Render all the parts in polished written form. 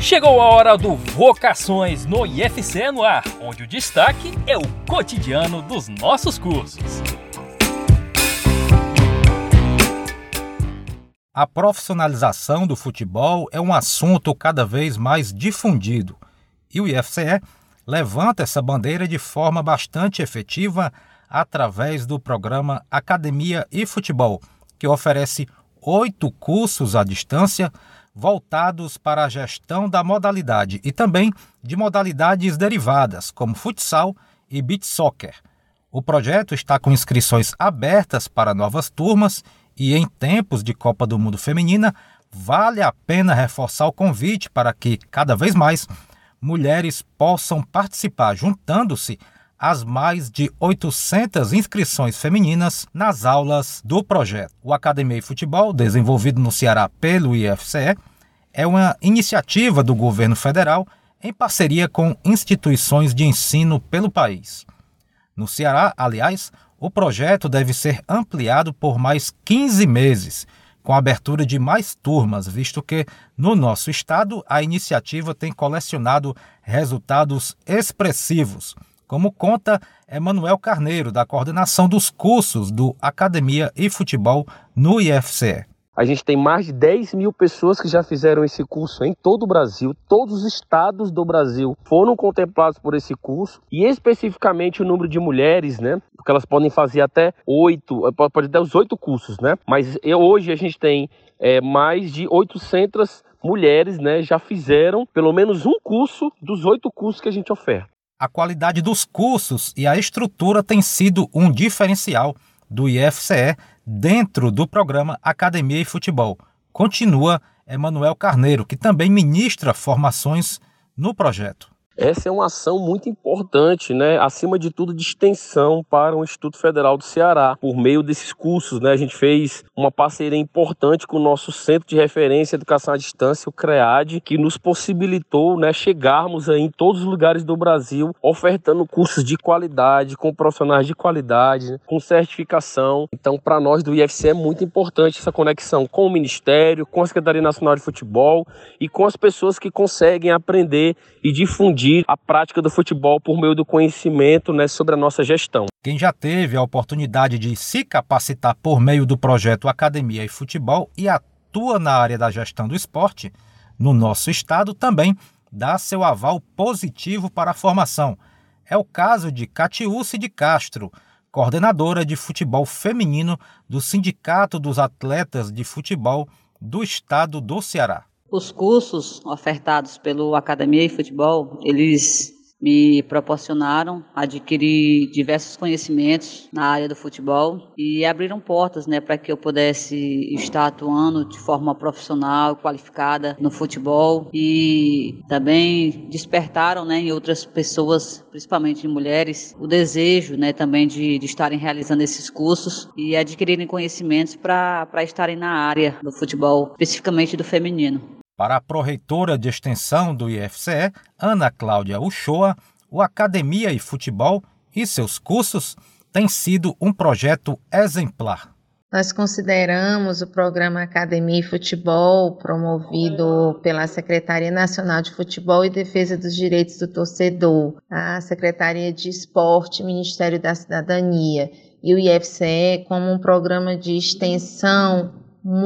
Chegou a hora do Vocações no IFCE no ar, onde o destaque é o cotidiano dos nossos cursos. A profissionalização do futebol é um assunto cada vez mais difundido e o IFCE levanta essa bandeira de forma bastante efetiva através do programa Academia e Futebol, que oferece 8 cursos à distância voltados para a gestão da modalidade e também de modalidades derivadas, como futsal e beach soccer. O projeto está com inscrições abertas para novas turmas e, em tempos de Copa do Mundo Feminina, vale a pena reforçar o convite para que, cada vez mais, mulheres possam participar, juntando-se às mais de 800 inscrições femininas nas aulas do projeto. O Academia e Futebol, desenvolvido no Ceará pelo IFCE, é uma iniciativa do governo federal em parceria com instituições de ensino pelo país. No Ceará, aliás, o projeto deve ser ampliado por mais 15 meses, com a abertura de mais turmas, visto que, no nosso estado, a iniciativa tem colecionado resultados expressivos, como conta Emanuel Carneiro, da coordenação dos cursos do Academia e Futebol no IFCE. A gente tem mais de 10 mil pessoas que já fizeram esse curso em todo o Brasil. Todos os estados do Brasil foram contemplados por esse curso. E especificamente o número de mulheres, né? Porque elas podem fazer até 8, pode ter os 8 cursos, né? Mas hoje a gente tem mais de 800 mulheres, né? Já fizeram pelo menos um curso dos 8 cursos que a gente oferta. A qualidade dos cursos e a estrutura tem sido um diferencial do IFCE dentro do programa Academia e Futebol. Continua Emanuel Carneiro, que também ministra formações no projeto. Essa é uma ação muito importante, né? Acima de tudo, de extensão para o Instituto Federal do Ceará. Por meio desses cursos, né? A gente fez uma parceria importante com o nosso Centro de Referência de Educação à Distância, o CREAD, que nos possibilitou, né, chegarmos aí em todos os lugares do Brasil, ofertando cursos de qualidade, com profissionais de qualidade, com certificação. Então, para nós do IFCE é muito importante essa conexão com o Ministério, com a Secretaria Nacional de Futebol e com as pessoas que conseguem aprender e difundir a prática do futebol por meio do conhecimento, né, sobre a nossa gestão. Quem já teve a oportunidade de se capacitar por meio do projeto Academia e Futebol e atua na área da gestão do esporte, no nosso estado também dá seu aval positivo para a formação. É o caso de Catiúce de Castro, coordenadora de futebol feminino do Sindicato dos Atletas de Futebol do Estado do Ceará. Os cursos ofertados pelo Academia e Futebol, eles me proporcionaram adquirir diversos conhecimentos na área do futebol e abriram portas, né, para que eu pudesse estar atuando de forma profissional, qualificada no futebol, e também despertaram, né, em outras pessoas, principalmente em mulheres, o desejo, né, também de estarem realizando esses cursos e adquirirem conhecimentos para estarem na área do futebol, especificamente do feminino. Para a pró-reitora de extensão do IFCE, Ana Cláudia Uchoa, o Academia e Futebol e seus cursos têm sido um projeto exemplar. Nós consideramos o programa Academia e Futebol, promovido pela Secretaria Nacional de Futebol e Defesa dos Direitos do Torcedor, a Secretaria de Esporte, Ministério da Cidadania e o IFCE, como um programa de extensão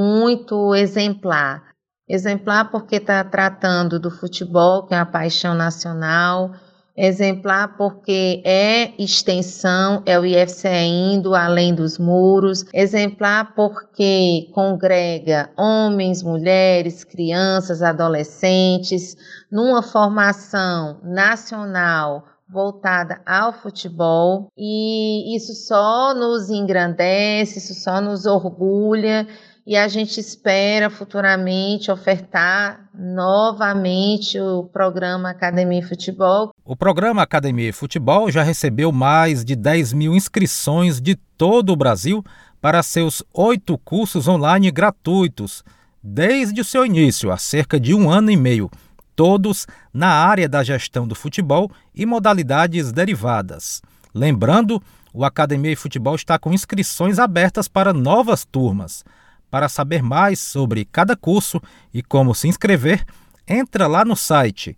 muito exemplar. Exemplar porque está tratando do futebol, que é uma paixão nacional. Exemplar porque é extensão, é o IFCE indo além dos muros. Exemplar porque congrega homens, mulheres, crianças, adolescentes, numa formação nacional voltada ao futebol. E isso só nos engrandece, isso só nos orgulha. E a gente espera futuramente ofertar novamente o programa Academia e Futebol. O programa Academia e Futebol já recebeu mais de 10 mil inscrições de todo o Brasil para seus 8 cursos online gratuitos, desde o seu início, há cerca de 1 ano e meio, todos na área da gestão do futebol e modalidades derivadas. Lembrando, o Academia e Futebol está com inscrições abertas para novas turmas. Para saber mais sobre cada curso e como se inscrever, entra lá no site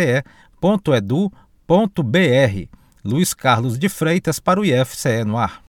www.academiaefutebol.ifce.edu.br. Luiz Carlos de Freitas para o IFCE no ar.